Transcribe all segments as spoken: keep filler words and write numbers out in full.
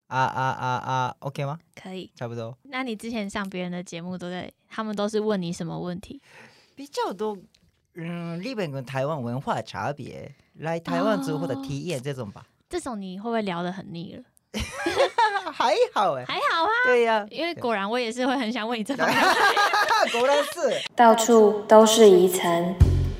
啊啊啊啊 OK 吗？ 可以， 差不多。 那你之前上别人的节目都在，他们都是问你什么问题？ 比较多，嗯，日本跟台湾文化差别，来台湾之后的体验这种吧。 哦、这种你会不会聊得很腻了？ 还好哎， 还好啊。 对呀、啊， 因为果然我也是会很想问你这方面。 果然是， 到处都是遗尘。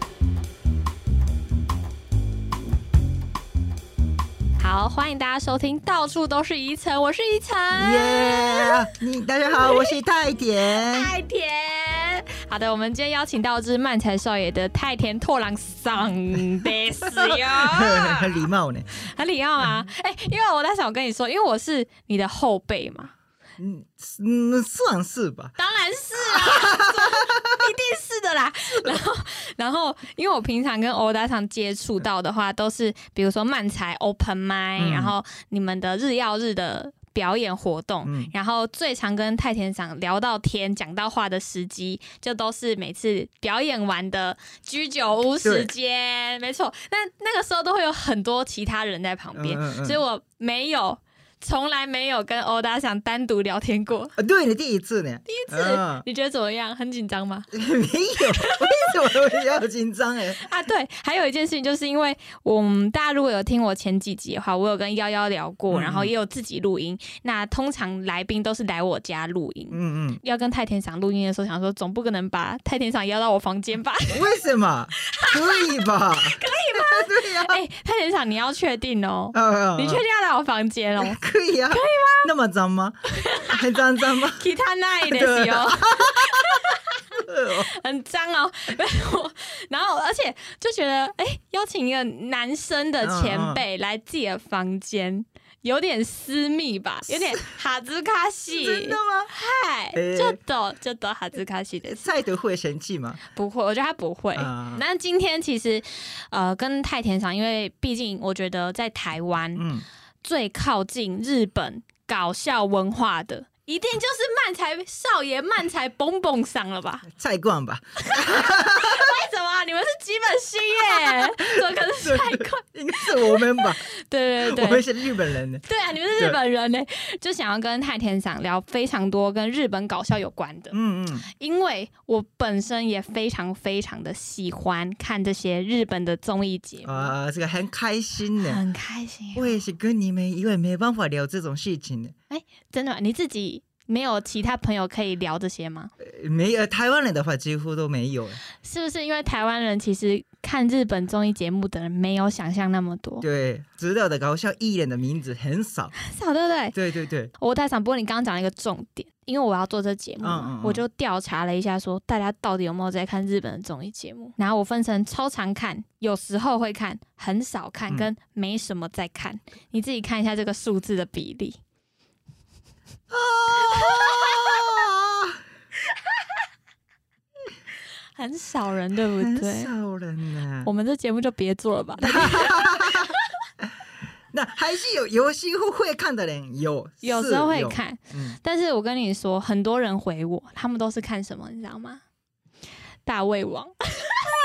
好，欢迎大家收听《到处都是遗尘》，我是遗尘。 耶！你大家好，我是太田。 太田。好的，我们今天邀请到是漫才少爷的太田拓郎桑ですよ。 很礼貌呢。 很礼貌吗？哎、欸，因为我在想，我跟你说，因为我是你的后辈嘛。 嗯嗯，算是吧。 当然是啊，一定是的啦。然后，然后，因为我平常跟欧大常接触到的话，都是比如说漫才 open mic，、嗯、然后你们的日曜日的表演活动，嗯、然后最常跟太田长聊到天、讲到话的时机，就都是每次表演完的居酒屋时间，没错。那那个时候都会有很多其他人在旁边，嗯嗯嗯，所以我没有。从来没有跟欧大想单独聊天过， 啊、对，你第一次呢？ 第一次，啊、你觉得怎么样？很紧张吗？ 没有，为什么会要紧张哎？ 啊，对，还有一件事情，就是因为我们大家如果有听我前几集的话，我有跟幺幺聊过，嗯、然后也有自己录音。那通常来宾都是来我家录音，嗯嗯，要跟太田赏录音的时候，想说总不可能把太田赏邀到我房间吧？ 为什么？可以吧？ 可以吗？ 对呀、啊。 哎、欸，太田赏，你要确定哦，哦你确定要来我房间哦？ 可以啊，可以吗？那么脏吗？很脏脏吗？ 其他那一点哦，很脏哦。然后，而且就觉得，哎、欸，邀请一个男生的前辈来自己的房间。嗯嗯有点私密吧，有点哈兹卡西。 真的吗？ 嗨，就都就都哈兹卡西的。 蔡德会生气吗？ 不会，我觉得他不会。嗯、那今天其实，呃，跟太田长，因为毕竟我觉得在台湾，嗯，最靠近日本搞笑文化的，一定就是漫才少爷、漫才蹦蹦桑了吧？ 蔡冠吧？ 为什么？你们是基本星耶？怎么可能是蔡冠？ 应该是我们吧？ 对对对， 我们是日本人呢。 对啊，你们是日本人呢，就想要跟太田长聊非常多跟日本搞笑有关的。嗯嗯，因为我本身也非常非常的喜欢看这些日本的综艺节目啊，这个很开心呢， 很开心。 我也是跟你们因为没办法聊这种事情呢。 哎，真的吗？你自己没有其他朋友可以聊这些吗？ 呃、没有，台湾人的话几乎都没有。 是不是因为台湾人其实看日本综艺节目的人没有想象那么多？ 对，知道的搞笑艺人的名字很少， 很少，对不对？ 对对对。 我太想，不过你刚刚讲了一个重点，因为我要做这节目嘛，嗯嗯嗯我就调查了一下说，说大家到底有没有在看日本的综艺节目？然后我分成超常看、有时候会看、很少看、跟没什么在看。嗯、你自己看一下这个数字的比例。啊很少人，对不对？ 很少人啊！ 我们这节目就别做了吧。 那还是有有时候会看的人有， 有时候会看，嗯、但是我跟你说，很多人回我，他们都是看什么，你知道吗？大胃王。不是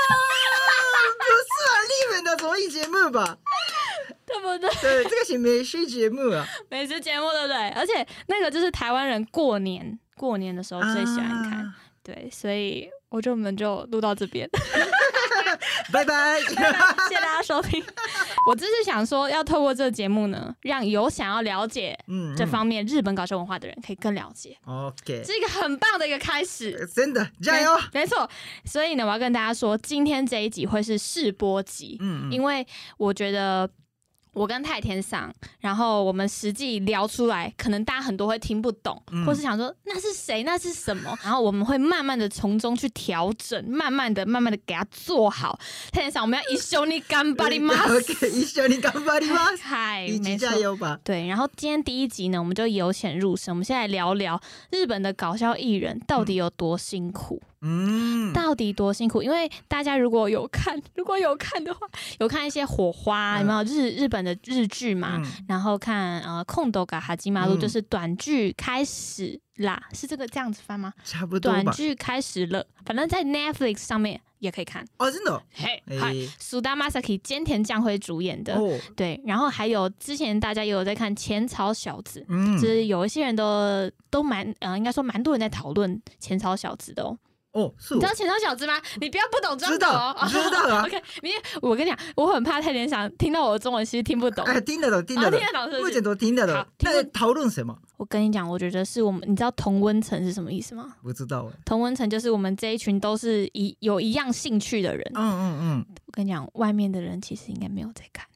啊，日本的综艺节目吧？ 对不对？ 对，这个是美食节目啊， 美食节目对不对？而且那个就是台湾人过年过年的时候最喜欢看，啊、对，所以我觉得我们就录到这边， 拜拜， 谢谢大家收听。我只是想说，要透过这个节目呢，让有想要了解这方面日本搞笑文化的人可以更了解。 OK， 是一个很棒的一个开始， 真的加油！ 没错，所以呢，我要跟大家说，今天这一集会是试播集，嗯嗯因为我觉得。我跟太田桑，然后我们实际聊出来，可能大家很多会听不懂，嗯、或是想说那是谁，那是什么，然后我们会慢慢的从中去調整，慢慢的、慢慢的给它做好。太田桑，我们要一緒に頑張ります。 OK， 一緒に頑張ります。 嗨， 一起加油吧！ 对，然后今天第一集呢，我们就由浅入深，我们现在聊聊日本的搞笑艺人到底有多辛苦。嗯，到底多辛苦？因为大家如果有看，如果有看的话，有看一些火花，有没有日日本的日剧嘛？嗯、然后看呃，空斗嘎哈基马路就是短剧开始啦，是这个这样子翻吗？ 差不多吧。 短剧开始了，反正在 Netflix 上面也可以看哦，真的， 嘿， 哎嗨，苏达玛萨基菅田将晖主演的， 哦， 对，然后还有之前大家也有在看《浅草小子》， 嗯， 就是有一些人都都蛮呃，应该说蛮多人在讨论《浅草小子》的哦。 哦，是你知道浅草小子吗？你不要不懂装懂哦。 知道，知道啊。 OK， 你我跟你讲，我很怕太联想听到我的中文其实听不懂。 哎，听得懂，听得懂， 哦、听得懂是不是？ 目前都听得懂。那在讨论什么？ 我跟你讲，我觉得是我们，你知道同温层是什么意思吗？ 不知道哎。 同温层就是我们这一群都是一有一样兴趣的人。 嗯嗯嗯。 我跟你讲，外面的人其实应该没有在看。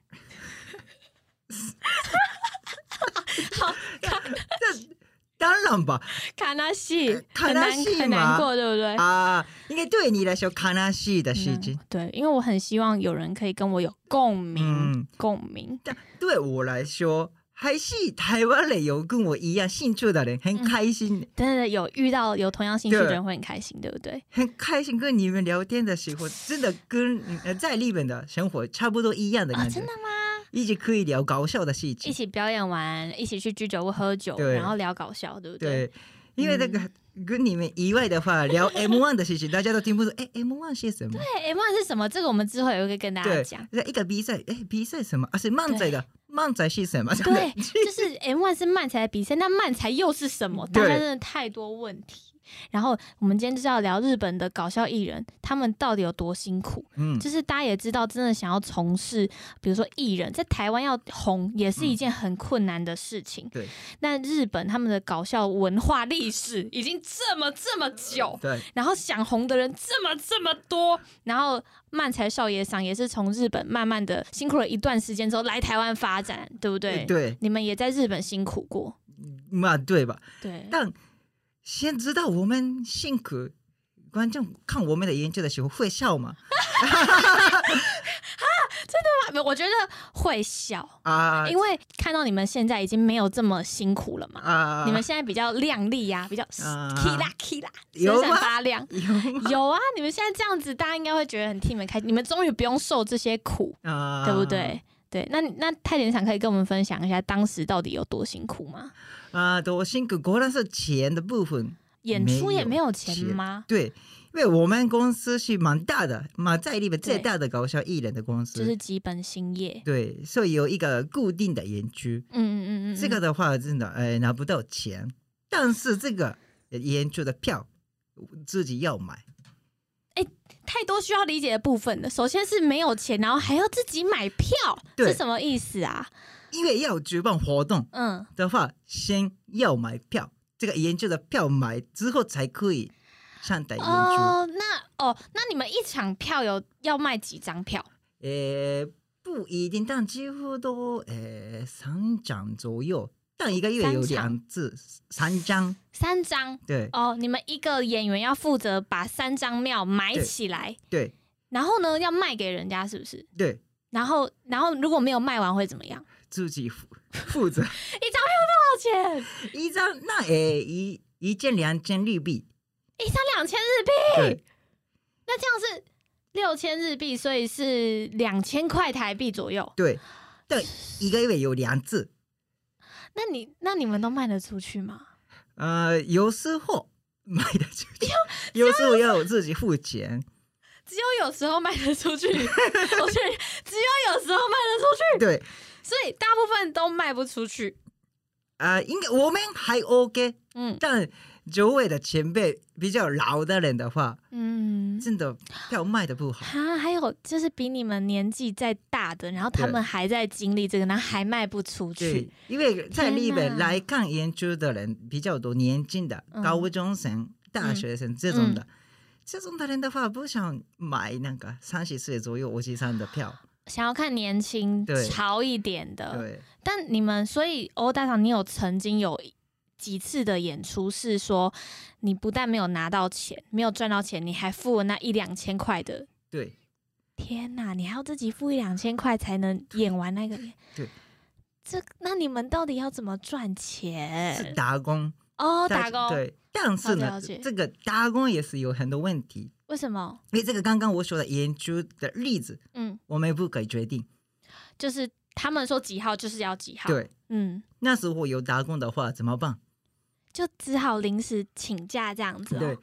好看。 当然吧， 看那戏很难很难过，对不对？ 啊，应该对你来说看那戏的事情、嗯。 对，因为我很希望有人可以跟我有共鸣，嗯、共鸣。 但对我来说，还是台湾人有跟我一样兴趣的人很开心。 对对对，有遇到有同样兴趣的人会很开心， 对, 对不对？ 很开心跟你们聊天的时候，真的跟在日本的生活差不多一样的感觉。 啊、真的吗？ 一起可以聊搞笑的事情， 一起表演完，一起去居酒屋喝酒，然后聊搞笑，对不对？ 对，因为那个、嗯、跟你们以外的话，聊 M 一 的事情，大家都听不懂。哎 ，M 一 是什么？ 对 ，M 一 是什么？这个我们之后也会跟大家讲。 对，一个比赛，哎，比赛什么？啊，是漫才的，漫才是什么？ 对，就是 M 一 是漫才的比赛，那漫才又是什么？大家真的太多问题。然后我们今天就是要聊日本的搞笑艺人，他们到底有多辛苦？嗯，就是大家也知道，真的想要从事，比如说艺人，在台湾要红，也是一件很困难的事情。 对、嗯， 但日本他们的搞笑文化历史已经这么这么久， 对， 然后想红的人这么这么多，然后漫才少爷桑也是从日本慢慢的辛苦了一段时间之后来台湾发展，对不对？ 对， 你们也在日本辛苦过， 嘛，对吧？ 对， 但。先知道我们辛苦，观众看我们的研究的时候会笑吗？ 啊，真的吗？我觉得会笑啊，因为看到你们现在已经没有这么辛苦了嘛。啊，你们现在比较亮丽呀、啊，比较 kila kila， 闪闪发亮。有, 有啊，你们现在这样子，大家应该会觉得很替你们开心。你们终于不用受这些苦，啊、对不对？对，那那太田厂可以跟我们分享一下当时到底有多辛苦吗？ 啊，多辛苦，果然是钱的部分， 演出也没有钱吗？ 对，因为我们公司是蛮大的，蛮在日本最大的搞笑艺人的公司， 就是基本兴业。 对，所以有一个固定的演出，嗯嗯嗯嗯，这个的话真的哎拿不到钱，但是这个演出的票自己要买。 哎，太多需要理解的部分了。首先是没有钱，然后还要自己买票，是什么意思啊？ 因为要举办活动的话，嗯、先要买票，这个演出的票买之后才可以上台演出。 哦，那哦，那你们一场票有要卖几张票？ 呃，不一定，但几乎都呃三张左右。但一个月有两次，三张， 三张， 对， 哦，你们一个演员要负责把三张票买起来， 对，对然后呢要卖给人家，是不是？ 对， 然后，然后如果没有卖完会怎么样？ 自己负责。 一张票多少钱？ 一张那诶一一件两千日币， 一张两千日币， 对， 那这样是六千日币，所以是两千块台币左右。 对，但一个月有两次。 那你那你们都卖得出去吗？ 呃，有时候卖得出去，有时候要自己付钱。 只有有时候卖得出去，我觉得只有有时候卖得出去。 对， 所以大部分都卖不出去。 啊、呃，应该我们还 OK， 嗯，但周围的前辈比较老的人的话，嗯，真的票卖的不好啊。还有就是比你们年纪再大的，然后他们还在经历这个，然后还卖不出去。 对，因为在日本来看演出的人比较多，年轻的、嗯、高中生、大学生这种的。嗯嗯这种的人的话，不想买那个三十岁左右我jiさん的票， 想要看年轻潮一点的。 对， 但你们所以欧大厂，你有曾经有几次的演出是说，你不但没有拿到钱，没有赚到钱，你还付了那一两千块的。 对， 天哪，你还要自己付一两千块才能演完那个？ 对， 这那你们到底要怎么赚钱？ 是打工。 哦，打工对，但是呢，这个打工也是有很多问题。 为什么？ 因为这个刚刚我说的演出的例子，嗯，我们不可以决定， 就是他们说几号就是要几号。 对，嗯，那时候有打工的话怎么办？ 就只好临时请假这样子、哦。 对，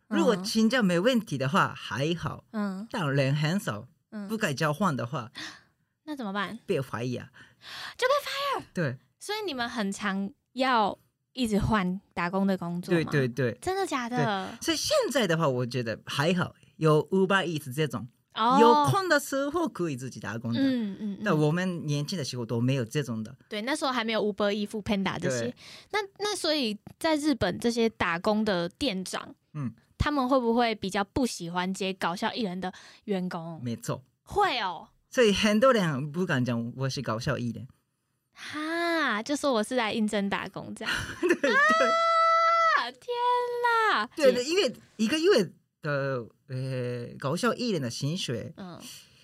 如果请假没问题的话还好， 嗯， 但人很少， 嗯不该交换的话那怎么办？ 被怀疑啊， 就被 fire。 对所以你们很常要一直换打工的工作吗？ 对对对， 真的假的？ 所以现在的话，我觉得还好，有 Uber Eats 这种， 哦， 有空的时候可以自己打工的。 嗯嗯但嗯， 我们年轻的时候都没有这种的。 对，那时候还没有 Uber Eats、Panda 这些对。 那那所以在日本这些打工的店长， 嗯， 他们会不会比较不喜欢接搞笑艺人的员工？ 没错， 会哦。 所以很多人不敢讲我是搞笑艺人。 哈，就说我是来应征打工这样。 对对啊，天啦！ 对对，因为一个月的呃搞笑艺人的薪水， 嗯。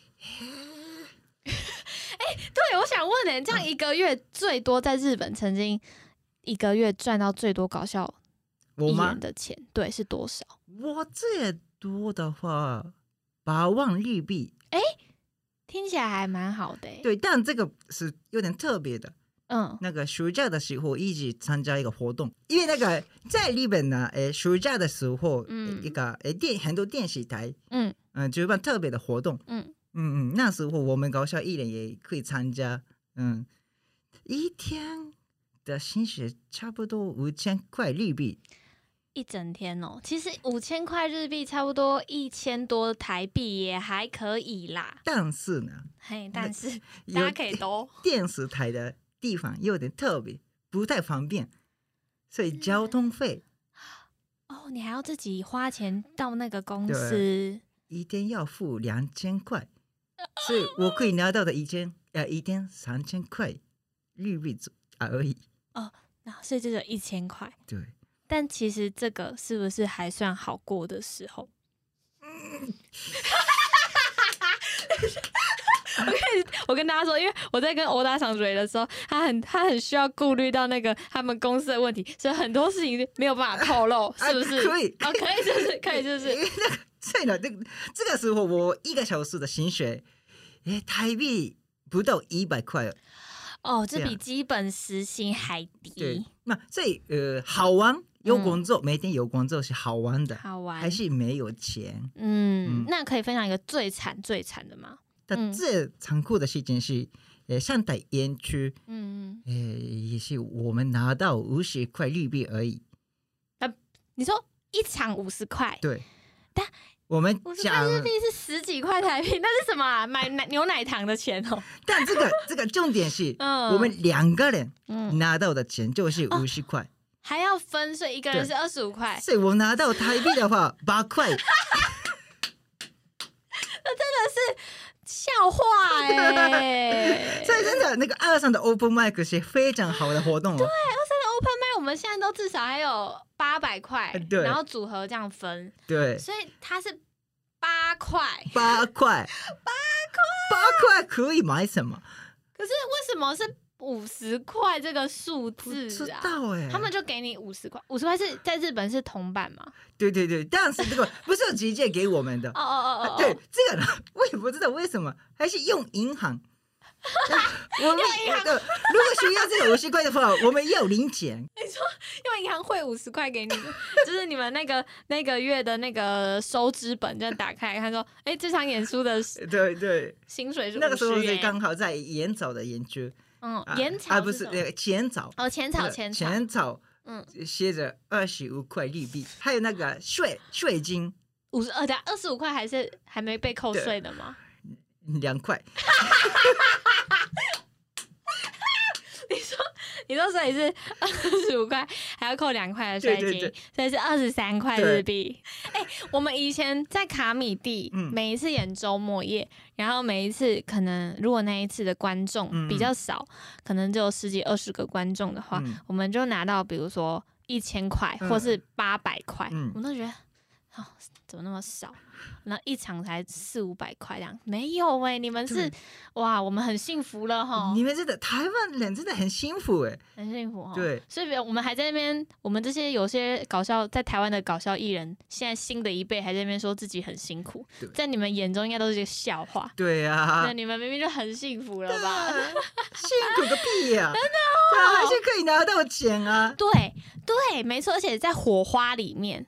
哎、对，我想问呢、这样一个月最多在日本曾经一个月赚到最多搞笑艺我吗人？的钱，对，是多少？ 我最多的话八万日币。 听起来还蛮好的、欸。 对，但这个是有点特别的。 嗯那个暑假的时候一直参加一个活动，因为那个在日本呢，诶，暑假的时候， 嗯一个诶电很多电视台， 嗯嗯、举办特别的活动， 嗯， 嗯嗯，那时候我们搞笑艺人也可以参加，嗯，一天的薪水差不多五千块日币， 一整天哦、其实五千块日币差不多一千多台币也还可以啦。 但是呢， 嘿，但是有大家可以都电视台的地方有点特别，不太方便，所以交通费哦，你还要自己花钱到那个公司。 一天要付两千块，所以我可以拿到的一天呃一天三千块日币而已。 那所以这就一千块。 对， 但其实这个是不是还算好过的时候？我跟我跟大家说，因为我在跟欧大厂蕊的时候，他很他很需要顾虑到那个他们公司的问题，所以很多事情没有办法透露，是不是？ 啊可以哦，可以，是不是？可以，是不是？ 因为那个对了，这个这个时候我一个小时的薪水，诶，台币不到一百块了。 哦，这这样比基本时薪还对低，， 那所以呃，好玩有工作，每天有工作是好玩的， 好玩还是没有钱？ 嗯， 嗯那可以分享一个最惨最惨的吗？ 但最残酷的事情是，呃，上台演出， 嗯， 呃，也是我们拿到五十块日币而已。 你说一场五十块， 对， 但我们五十讲块，日币是十几块台币，那是什么啊？买奶牛奶糖的钱哦。 但这个这个重点是， 嗯我们两个人嗯， 拿到的钱就是五十块， 还要分，所以一个人对是二十五块， 所以我拿到台币的话八块。 笑话哎、 所以真的那个二上的 open mic 是非常好的活动哦。 真的 open mic 我们现在都至少还有八百块， 对然后组合这样分， 对， 所以它是八块。 八块，八块，八块可以买什么？ 可是为什么是五十块这个数不知字啊？ 道哎。 他们就给你五十块，五十块是在日本是铜板吗？ 对对对，但是这个不是直接给我们的哦。哦哦哦， 对，这个呢，我也不知道为什么，还是用银行。我们的如果需要这个五十块的话，我们要零钱。 用银行汇五十块给你们，就是你们那个那个月的那个收支本，这样打开看说，哎、这场演出的对对， 薪水是那个时候五十元是刚好在演早的演出， 嗯， 啊盐草啊，不是什么那个浅草， 哦，浅草那个浅草， 浅草， 嗯， 写着二十五块日币，还有那个税税金五十二的二十五块还是还没被扣税的吗？ 两块。 你说你说所以是二十五块，还要扣两块的税金， 对对对所以是二十三块日币。哎、我们以前在卡米蒂， 嗯每一次演周末夜，然后每一次可能如果那一次的观众嗯比较少，可能只有十几二十个观众的话， 嗯我们就拿到比如说一千块嗯或是八百块， 嗯我们都觉得哦怎么那么少？那一场才四五百块这样，没有哎、你们是对哇，我们很幸福了哈。 你们真的台湾人真的很幸福哎。 很幸福哈。 对， 所以我们还在那边，我们这些有些搞笑在台湾的搞笑艺人，现在新的一辈还在那边说自己很辛苦对， 在你们眼中应该都是一个笑话。 对啊那，你们明明就很幸福了吧？ 辛苦个屁呀！真的哦，还是可以拿到钱啊。 对对，没错，而且在火花里面， 嗯， 我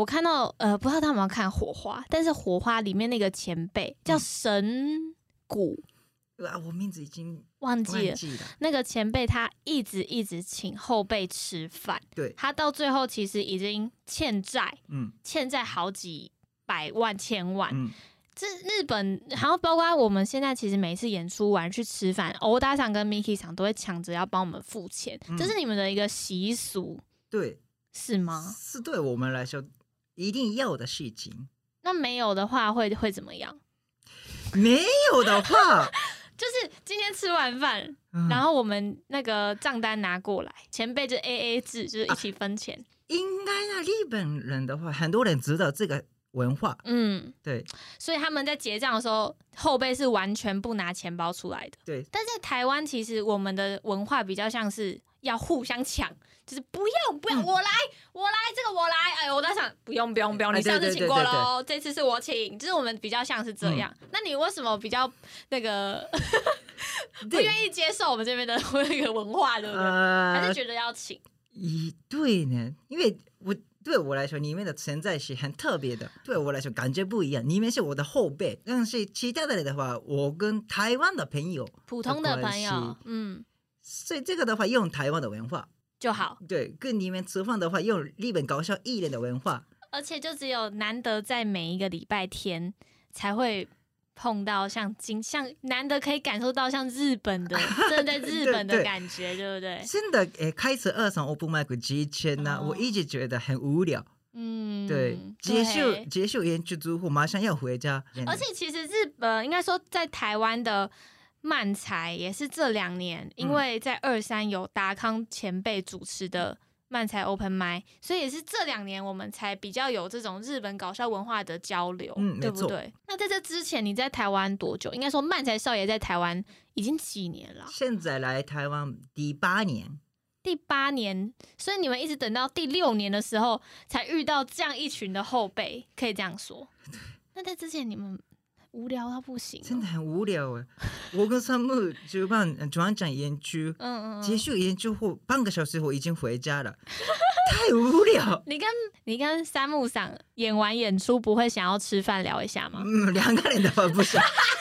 我看到呃，不知道他们有没有看火花，但是火花里面那个前辈叫神谷。 嗯、啊，我名字已经忘记了。 忘记了那个前辈他一直一直请后辈吃饭， 对， 他到最后其实已经欠债， 嗯， 欠债好几百万、千万。 嗯， 这日本，然后包括我们现在其实每次演出完去吃饭，欧大厂跟 Miki 厂都会抢着要帮我们付钱， 嗯、 这是你们的一个习俗， 对， 是吗？ 是对我们来说一定要的事情。 那没有的话会会怎么样？ 没有的话。 就是今天吃完饭，嗯、然后我们那个账单拿过来，前辈就 A A 制，就是一起分钱。啊、 应该啊，日本人的话，很多人知道这个文化，嗯，对， 所以他们在结账的时候，后辈是完全不拿钱包出来的。 对， 但在台湾，其实我们的文化比较像是要互相抢，就是不用不用，嗯、我来我来，这个我来。哎，我在想，不用不用不用，你上次请过喽，这次是我请，就是我们比较像是这样。嗯、那你为什么比较那个不愿意接受我们这边的那个文化，对不对？呃、还是觉得要请？ 对呢，因为我对我来说，你们的存在是很特别的。对我来说，感觉不一样。你们是我的后辈，但是其他的人的话，我跟台湾的朋友， 普通的朋友，嗯， 所以这个的话，用台湾的文化就好。 对，跟你们吃饭的话，用日本搞笑艺人的文化。 而且就只有难得在每一个礼拜天才会碰到像今像难得可以感受到像日本的真的在日本的感觉， 对, 对, 对不对？ 真的，诶，开始二场 open mic 之前呢、哦，我一直觉得很无聊。嗯，对，结束结束演出之后，马上要回家。 而且其实日本应该说在台湾的漫才也是这两年，因为在二三有达康前辈主持的漫才 open mic， 所以也是这两年我们才比较有这种日本搞笑文化的交流，嗯、对不对？那在这之前你在台湾多久？应该说漫才少爷在台湾已经几年了？ 现在来台湾第八年。 第八年，所以你们一直等到第六年的时候才遇到这样一群的后辈，可以这样说。那在之前你们无聊到不行、哦， 真的很无聊哎！我跟山木主办转场演出，嗯嗯，结束演出后半个小时后已经回家了，太无聊。 你跟你跟山木桑演完演出不会想要吃饭聊一下吗？ 嗯，两个人的话不想。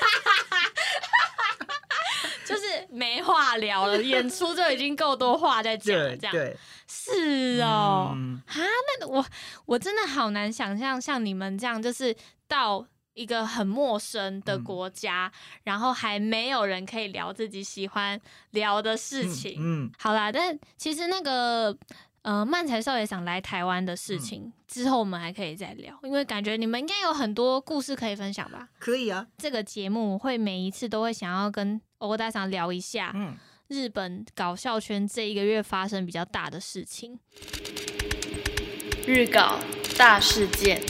就是没话聊了，演出就已经够多话在讲了，这样对， 是哦，嗯、哈，那我我真的好难想象像你们这样，就是到一个很陌生的国家，嗯、然后还没有人可以聊自己喜欢聊的事情。嗯，嗯好啦，但其实那个呃漫才少爷想来台湾的事情、嗯、之后我们还可以再聊，因为感觉你们应该有很多故事可以分享吧？ 可以啊， 这个节目会每一次都会想要跟欧大桑聊一下、嗯、日本搞笑圈这一个月发生比较大的事情。 日搞大事件。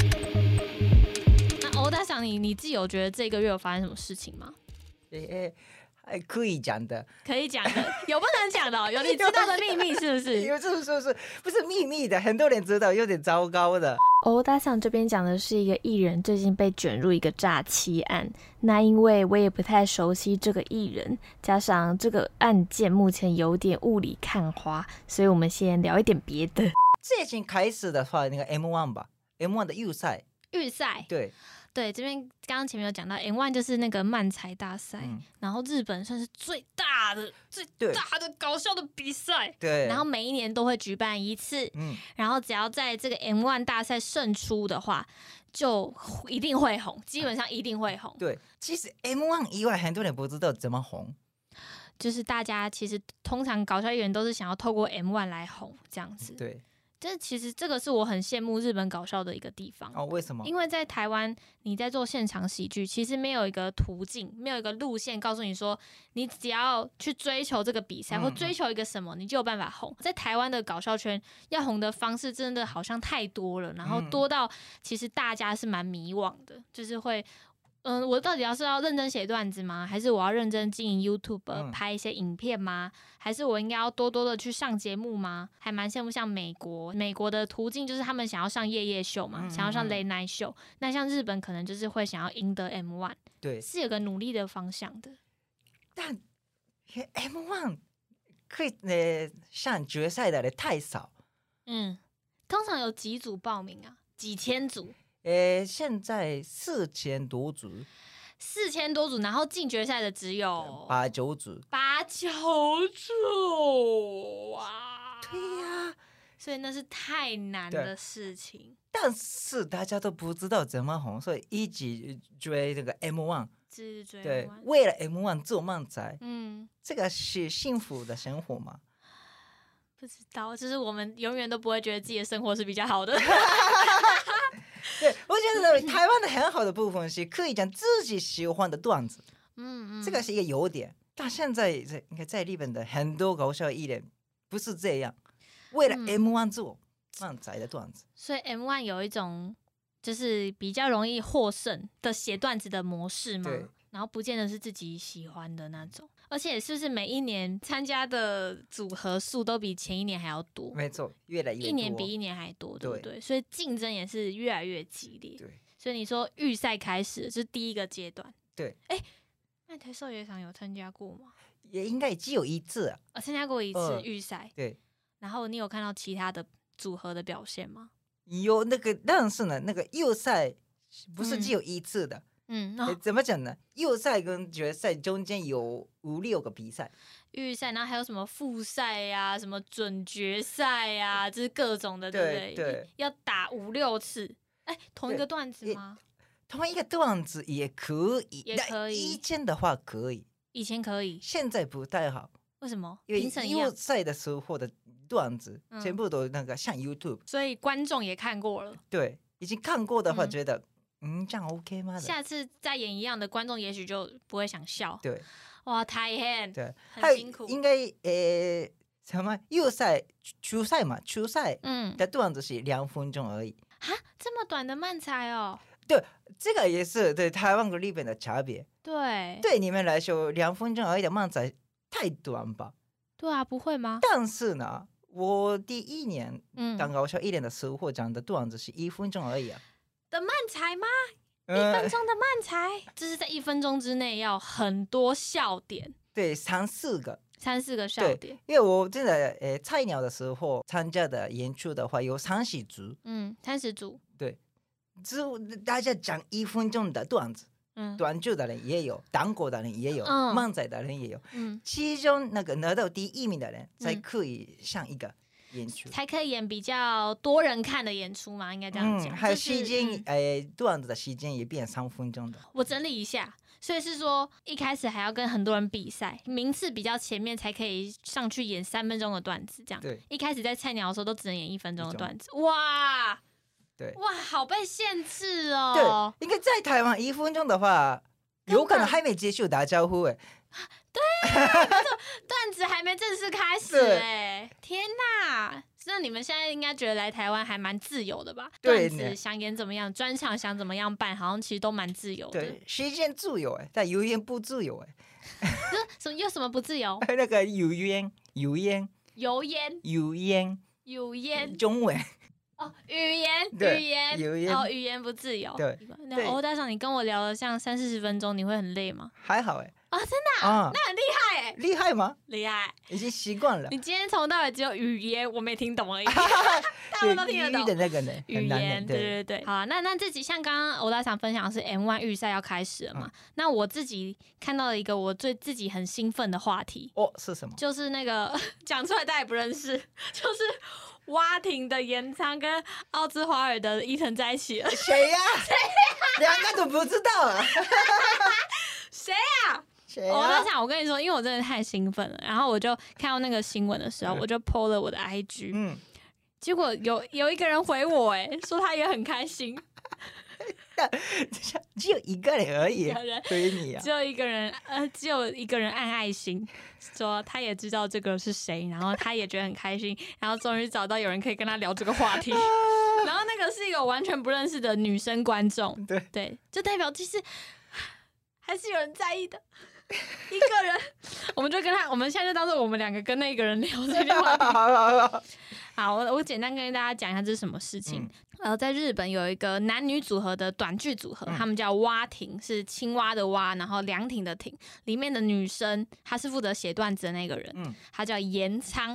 那欧大桑你你自己有觉得这个月有发生什么事情吗？ 欸欸还可以讲的， 可以讲的，有不能讲的、哦，有你知道的秘密是不是？ 有，就是说是不是秘密的，很多人知道，有点糟糕的。 欧大桑这边讲的是一个艺人最近被卷入一个诈欺案，那因为我也不太熟悉这个艺人，加上这个案件目前有点雾里看花，所以我们先聊一点别的。 最近开始的话，那个 M 一 吧 ，M 一 的预赛， 预赛， 对。 对，这边刚刚前面有讲到 M 一 就是那个漫才大赛、嗯，然后日本算是最大的、最大的搞笑的比赛。 对， 然后每一年都会举办一次，嗯，然后只要在这个 M 一 大赛胜出的话，就一定会红，基本上一定会红。 对，其实 M 一 以外，很多人不知道怎么红。 就是大家其实通常搞笑艺人都是想要透过 M 一 来红这样子。 对。 这其实这个是我很羡慕日本搞笑的一个地方哦，为什么？ 因为在台湾，你在做现场喜剧，其实没有一个途径，没有一个路线告诉你说，你只要去追求这个比赛、嗯、或追求一个什么，你就有办法红。在台湾的搞笑圈，要红的方式真的好像太多了，然后多到其实大家是蛮迷惘的，就是会。嗯，我到底要是要认真写段子吗？还是我要认真经营 YouTube、嗯、拍一些影片吗？还是我应该要多多的去上节目吗？还蛮羡慕像美国，美国的途径就是他们想要上夜夜秀嘛，嗯、想要上 Late Night Show。那像日本可能就是会想要赢得 M 一， 对， 是有个努力的方向的。 但 M 一可以呃上决赛的人太少。 嗯。 通常有几组报名啊？几千组？ 诶，现在四千多组， 四千多组，然后进决赛的只有八九组， 八九组，哇！ 对呀、啊， 所以那是太难的事情。 但是大家都不知道怎么红，所以一直追这个 M 一， 追追对，为了 M 一做漫才， 嗯， 这个是幸福的生活吗？ 不知道，就是我们永远都不会觉得自己的生活是比较好的。 对，我觉得台湾的很好的部分是可以讲自己喜欢的段子， 嗯嗯， 这个是一个优点。但现在在应该在日本的很多搞笑艺人不是这样，为了 M 一做漫才的段子， 嗯、所以 M 一有一种就是比较容易获胜的写段子的模式嘛，然后不见得是自己喜欢的那种。而且是不是每一年参加的组合数都比前一年还要多？ 没错，越来越多， 一年比一年还多，对不对？对，所以竞争也是越来越激烈。 对， 所以你说预赛开始就是第一个阶段。 对， 哎，漫才狩野场有参加过吗？ 也应该只有一次啊。 我、哦、参加过一次预赛、呃。 对， 然后你有看到其他的组合的表现吗？ 有那个，但是呢，那个预赛不是只有一次的。嗯嗯， 哦、怎么讲呢？预赛跟决赛中间有五六个比赛， 预赛，然后还有什么复赛呀、啊，什么准决赛呀、啊，就是各种的，对不对？ 对， 要打五六次。哎，同一个段子吗？ 同一个段子也可以， 也可以。 以前的话可以， 以前可以， 现在不太好。 为什么？ 因为预赛的时候的段子、嗯、全部都那个像 YouTube， 所以观众也看过了。 对，已经看过的话，觉得。嗯嗯，这样 OK 吗？ 下次再演一样的，观众也许就不会想笑。 对， 哇，太狠， 对， 很辛苦。 应该呃，什么预赛、初赛嘛，初赛嗯的段子是两分钟而已。 哈，这么短的漫才哦？ 对，这个也是对台湾跟日本的差别。 对， 对你们来说，两分钟而已的漫才太短吧？ 对啊，不会吗？ 但是呢，我第一年当搞笑艺人的时候讲的段子是一分钟而已啊。 的漫才吗？一分钟的漫才，这、呃、是在一分钟之内要很多笑点， 对，三四个， 三四个笑点。 因为我真的呃菜鸟的时候参加的演出的话有三十组， 嗯，三十组， 对，只大家讲一分钟的段子，嗯，短剧的人也有，单口的人也有，嗯、漫才的人也有，嗯，其中那个拿到第一名的人才可以上一个。演出才可以演比较多人看的演出嘛，应该这样讲。 嗯、还有时间，嗯、呃，段子的时间也变三分钟的。 我整理一下，所以是说一开始还要跟很多人比赛，名次比较前面才可以上去演三分钟的段子，这样。 对。 一开始在菜鸟的时候都只能演一分钟的段子，哇， 对， 哇，好被限制哦。 对，应该在台湾一分钟的话，有可能还没结束打招呼哎。 对，段子还没正式开始哎，天哪！那你们现在应该觉得来台湾还蛮自由的吧？段子想演怎么样，专场想怎么样办，好像其实都蛮自由的。 对，时间自由哎，但有点不自由哎。 什么有什么不自由？ 那个油烟，油烟， 油烟， 油烟， 油烟， 中文。 哦，语言，语言， 语言， 哦，语言不自由。 对， 那欧大上，你跟我聊了像三四十分钟，你会很累吗？ 还好哎。 啊、哦，真的、啊啊，那很厉害哎！ 厉害吗？ 厉害， 已经习惯了。 你今天从到尾只有语言我没听懂而已，大家都听得懂。 的那个呢， 语言，对对对。好、啊，那那这集像刚刚欧大想分享的是 M 一 预赛要开始了嘛、嗯？那我自己看到了一个我最自己很兴奋的话题哦，是什么？ 就是那个讲出来大家也不认识，就是蛙亭的延昌跟奥兹华尔的伊藤在一起了。 谁呀、啊？谁呀、啊？两个都不知道啊。 谁呀、啊？我在想，我跟你说，因为我真的太兴奋了，然后我就看到那个新闻的时候，我就 po 了我的 I G， 嗯，结果有有一个人回我，哎，说他也很开心， 只有一个人而已，回你啊， 只有一个人，呃，只有一个人按爱心，说他也知道这个是谁，然后他也觉得很开心，然后终于找到有人可以跟他聊这个话题，然后那个是一个完全不认识的女生观众， 对对，就代表其实还是有人在意的。一个人，我们就跟他，我们现在就当做我们两个跟那个人聊这句话题。好好好，好，我我简单跟大家讲一下这是什么事情。嗯、呃，在日本有一个男女组合的短剧组合，嗯、他们叫蛙亭，是青蛙的蛙，然后凉亭的亭。里面的女生，她是负责写段子的那个人，嗯、她叫延昌。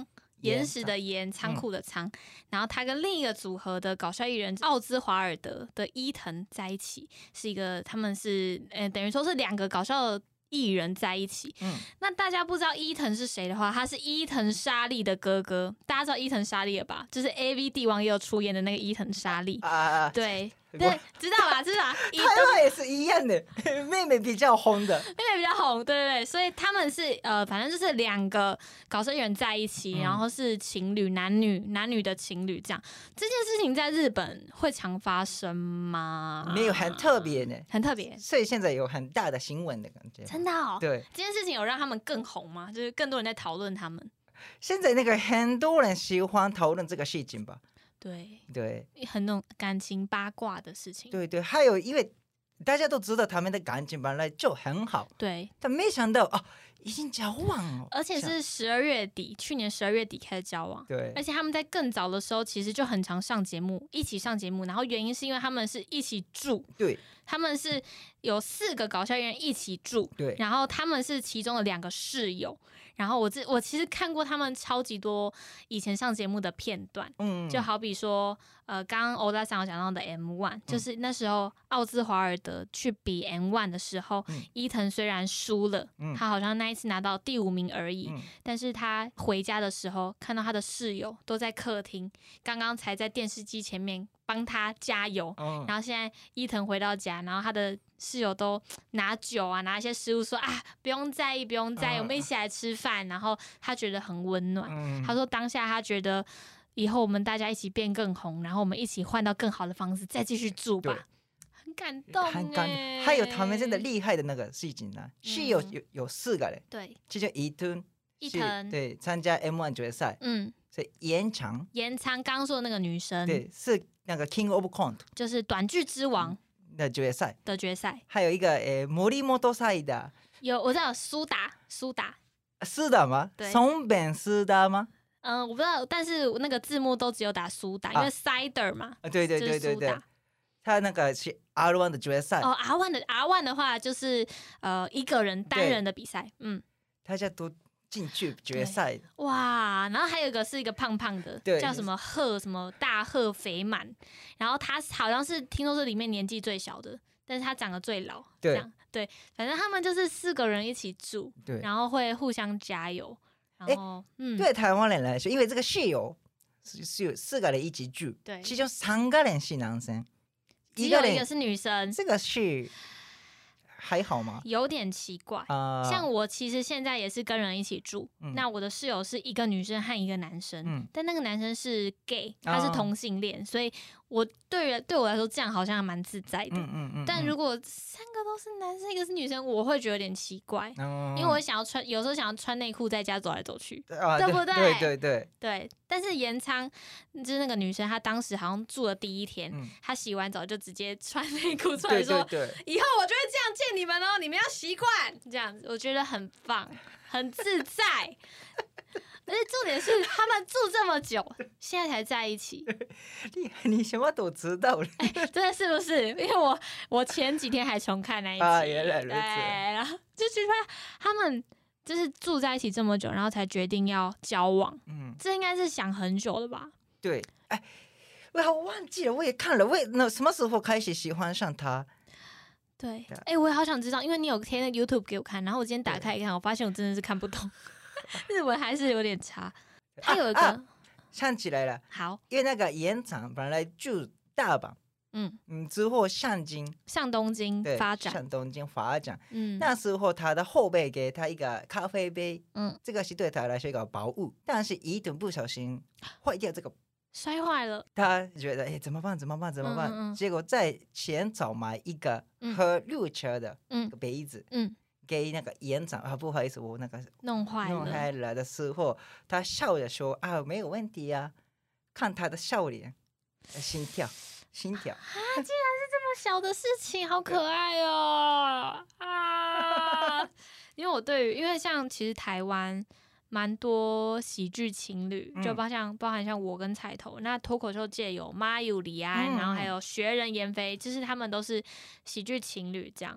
岩石的岩，仓库的仓、嗯，然后他跟另一个组合的搞笑艺人奥兹华尔德的伊藤在一起，是一个他们是呃等于说是两个搞笑的艺人在一起。嗯，那大家不知道伊藤是谁的话，他是伊藤沙莉的哥哥，大家知道伊藤沙莉了吧？就是 A V 帝王也有出演的那个伊藤沙莉啊，对。对，知道吧？知道吧？ 台湾也是一样的，妹妹比较红的， 妹妹比较红，对对对，所以他们是呃，反正就是两个搞笑艺人在一起、嗯，然后是情侣，男女男女的情侣这样。这件事情在日本会常发生吗？ 没有，很特别呢， 很特别， 所以现在有很大的新闻的感觉。 真的哦， 对， 这件事情有让他们更红吗？就是更多人在讨论他们。 现在那个很多人喜欢讨论这个事情吧。 对对， 很那种感情八卦的事情。 对对，还有因为大家都知道他们的感情本来就很好， 对， 但没想到啊，已经交往了， 而且是十二月底，去年十二月底开始交往。 对， 而且他们在更早的时候其实就很常上节目，一起上节目。然后原因是因为他们是一起住， 对， 他们是有四个搞笑艺人一起住， 对， 然后他们是其中的两个室友。然后我这我其实看过他们超级多以前上节目的片段，嗯，就好比说，呃，刚刚欧大桑有讲到的 M 一、嗯、就是那时候奥兹华尔德去比 M 一 的时候、嗯，伊藤虽然输了、嗯，他好像那一次拿到第五名而已、嗯，但是他回家的时候看到他的室友都在客厅，刚刚才在电视机前面帮他加油、嗯，然后现在伊藤回到家，然后他的室友都拿酒啊，拿一些食物说啊，不用在意，不用在意，我们一起来吃饭。然后他觉得很温暖、嗯。他说当下他觉得以后我们大家一起变更红，然后我们一起换到更好的房子，再继续住吧。很感动哎、欸。 还有他们真的厉害的那个事情呢，是有有有四个人， 对， 其中伊藤， 伊藤对参加 M 一 决赛，嗯，所以延长， 延长刚刚说的那个女生， 对，是那个 King of Cont， 就是短剧之王。 的决赛的决赛， 还有一个诶，森本赛的， 有我知道苏打苏打苏打吗？ 对， 松本苏打吗？ 嗯、呃，我不知道，但是那个字幕都只有打苏打、啊，因为 cider 嘛， 啊，对对对对对，他那个是 R 一 的决赛哦 ，R 一 的 R 一 的话就是呃一个人单人的比赛，嗯， 大家都进去决赛， 哇！然后还有一个是一个胖胖的，叫什么贺什么大贺肥满，然后他好像是听说是里面年纪最小的，但是他长得最老， 对这样对，反正他们就是四个人一起住， 对， 然后会互相加油，然后嗯， 对台湾人来说，因为这个室友是是有四个人一起住， 对， 其中三个人是男生， 只有一个是女生， 这个是。还好吗？ 有点奇怪、呃、像我其实现在也是跟人一起住、嗯、那我的室友是一个女生和一个男生、嗯、但那个男生是 gay， 他是同性恋、哦、所以我对对我来说这样好像还蛮自在的、嗯嗯嗯、但如果三个都是男生一个是女生，我会觉得有点奇怪、哦、因为我想要穿，有时候想要穿内裤在家走来走去、啊、对不对？ 对对对对，但是延昌就是那个女生，她当时好像住的第一天、嗯、她洗完澡就直接穿内裤出来说， 对对对， 以后我就会这样见你们哦，你们要习惯这样子，我觉得很棒，很自在。而且重点是他们住这么久，现在才在一起。 你你什么都知道了， 欸、真的是不是？因为我我前几天还重看那一集， 啊，原来如此。 对，然后就觉得他们就是住在一起这么久，然后才决定要交往。嗯，这应该是想很久了吧？ 对，哎，我忘记了，我也看了，我也那什么时候开始喜欢上他？ 对，哎、欸，我也好想知道，因为你有贴那个 YouTube 给我看，然后我今天打开一看，我发现我真的是看不懂，日文还是有点差。他有一个、啊啊、 想起来了， 好， 因为那个延长本来住大阪，嗯嗯，之后向京向东京发展， 向东京发展，嗯，那时候他的后辈给他一个咖啡杯，嗯，这个是对他来说一个宝物，但是伊藤不小心坏掉这个。 摔坏了， 他觉得哎、欸、怎么办怎么办怎么办、嗯嗯、结果在前早买一个喝绿茶的杯子、嗯嗯、给那个延长啊，不好意思我那个弄坏了弄坏了的时候，他笑着说啊没有问题啊，看他的笑脸心跳心跳啊，竟然是这么小的事情，好可爱哦啊！因为我对于因为像其实台湾蛮多喜剧情侣，就包像、嗯、包含像我跟彩头，那脱口秀界有马友李安、嗯，然后还有学人妍飞，就是他们都是喜剧情侣这样，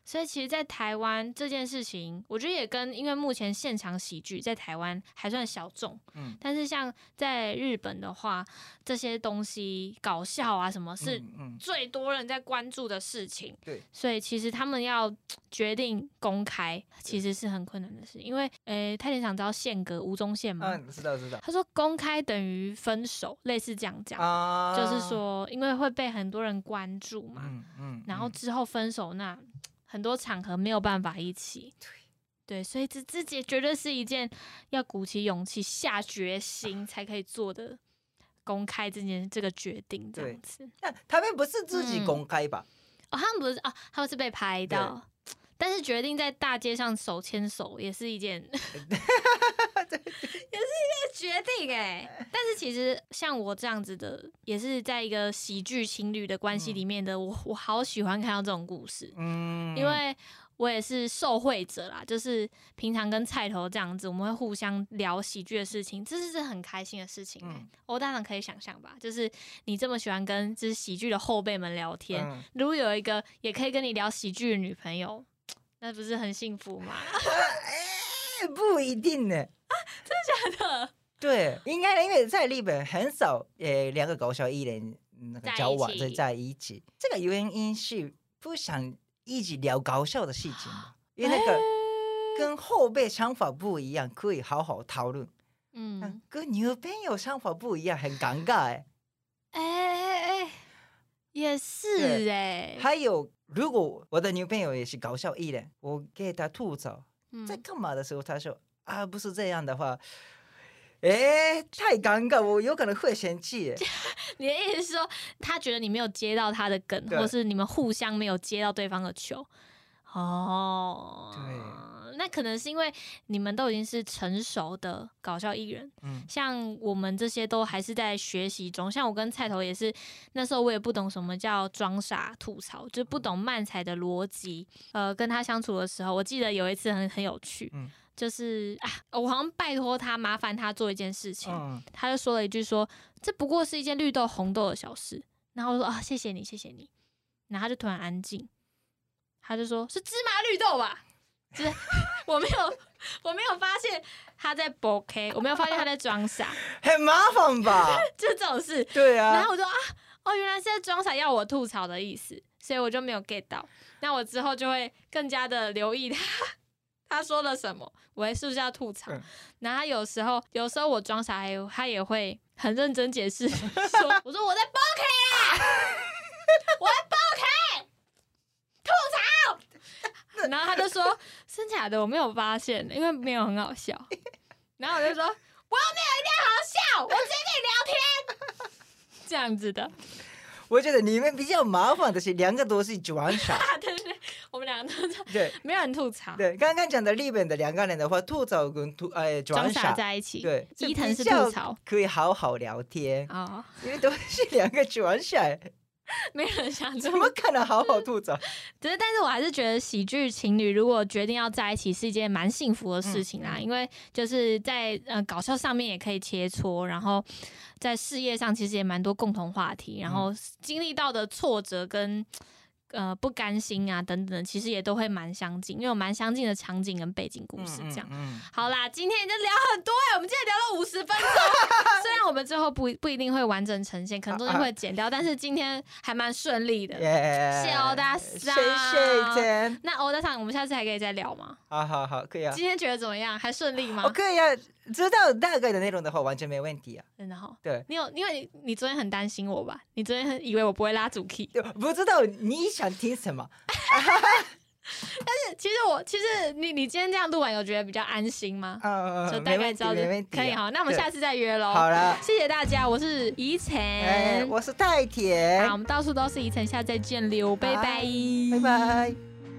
所以其实，在台湾这件事情，我觉得也跟因为目前现场喜剧在台湾还算小众，嗯，但是像在日本的话，这些东西搞笑啊什么是最多人在关注的事情，对、嗯嗯，所以其实他们要决定公开，其实是很困难的事，因为诶，太田想知道宪哥吴宗宪吗？ 嗯，知道知道。 他说公开等于分手，类似这样讲、啊，就是说因为会被很多人关注嘛，嗯嗯，然后之后分手那。很多场合没有办法一起，对，所以这自己绝对是一件要鼓起勇气、下决心才可以做的公开这件这个决定，这样子。 那他们不是自己公开吧？ 嗯、哦，他们不是哦，他们是被拍到，但是决定在大街上手牵手也是一件，也是一个决定哎。但是其实像我这样子的，也是在一个喜剧情侣的关系里面的，嗯、我我好喜欢看到这种故事，嗯，因为我也是受惠者啦，就是平常跟菜头这样子，我们会互相聊喜剧的事情，这是很开心的事情、欸。嗯，我当然可以想象吧，就是你这么喜欢跟就是喜剧的后辈们聊天，嗯、如果有一个也可以跟你聊喜剧的女朋友，那不是很幸福吗？ 欸、不一定呢。 啊，真的假的？ 对，应该因为在日本很少呃两个搞笑艺人那个交往在在一起，这个原因是不想一起聊搞笑的事情，因为那个跟后辈想法不一样，可以好好讨论。嗯，跟女朋友想法不一样，很尴尬哎。 哎哎哎，也是哎。 还有，如果我的女朋友也是搞笑艺人，我给她吐槽、嗯、在干嘛的时候，她说啊，不是这样的话。哎，太尴尬，我有可能会生气。 你的意思是说，他觉得你没有接到他的梗，或是你们互相没有接到对方的球？哦，对，那可能是因为你们都已经是成熟的搞笑艺人，嗯，像我们这些都还是在学习中。像我跟菜头也是，那时候我也不懂什么叫装傻吐槽，就不懂漫才的逻辑。呃，跟他相处的时候，我记得有一次很很有趣。嗯，就是啊，我好像拜托他麻烦他做一件事情，嗯、他就说了一句说这不过是一件绿豆红豆的小事，然后我说啊谢谢你谢谢你，然后他就突然安静，他就说是芝麻绿豆吧，就是我没有我没有发现他在 bokeh， 我没有发现他在装傻， 很麻烦吧？ 就这种事， 对啊， 然后我就啊哦原来是在装傻要我吐槽的意思，所以我就没有 get 到，那我之后就会更加的留意他。他说了什么？我是不是要吐槽？嗯、然后他有时候，有时候我装傻，他也会很认真解释，说：“我说我在 bokeh 啊，我在 bokeh 吐槽。”然后他就说：“真假的？我没有发现，因为没有很好笑。”然后我就说：“我又没有一定要好笑，我只跟你聊天。”这样子的。 我觉得你们比较麻烦的是两个都是装傻。 对对对，我们两个都对，没有人吐槽。 对，刚刚讲的日本的两个人的话，吐槽跟吐呃装傻在一起。 对， 伊藤是吐槽， 可以好好聊天哦，因为都是两个装傻。 没人想怎么可能好好吐槽？ 对，但是我还是觉得喜剧情侣如果决定要在一起是一件蛮幸福的事情啦，嗯、因为就是在呃搞笑上面也可以切磋，然后在事业上其实也蛮多共同话题，然后经历到的挫折跟呃不甘心啊等等，其实也都会蛮相近，因为有蛮相近的场景跟背景故事这样。嗯嗯嗯、好啦，今天就聊很多哎、欸，我们今天聊了五十分钟，虽然我们最后不不一定会完整呈现，可能中间会剪掉，但是今天还蛮顺利的。Yeah, 谢谢欧大桑， 谢谢。 那欧大桑，我们下次还可以再聊吗？ 好好好，可以啊。 今天觉得怎么样？还顺利吗？ 我可以啊。知道大概的内容的话，完全没问题啊。 真的哈， 对， 你有，因为你你昨天很担心我吧？你昨天很以为我不会拉主 key， 不知道你想听什么。 但是其实我其实你你今天这样录完，有觉得比较安心吗？嗯，就大概知道就可以哈。那我们下次再约喽。 好了， 谢谢大家，我是宜晨、欸， 我是太田， 好，我们到处都是宜晨，下次再见溜，拜拜， 拜拜。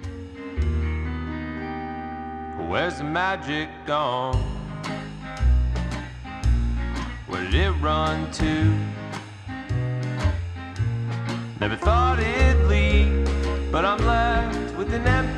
Where's the magic gone? Where did it run to? Never thought it'd leave, but I'm left with an empty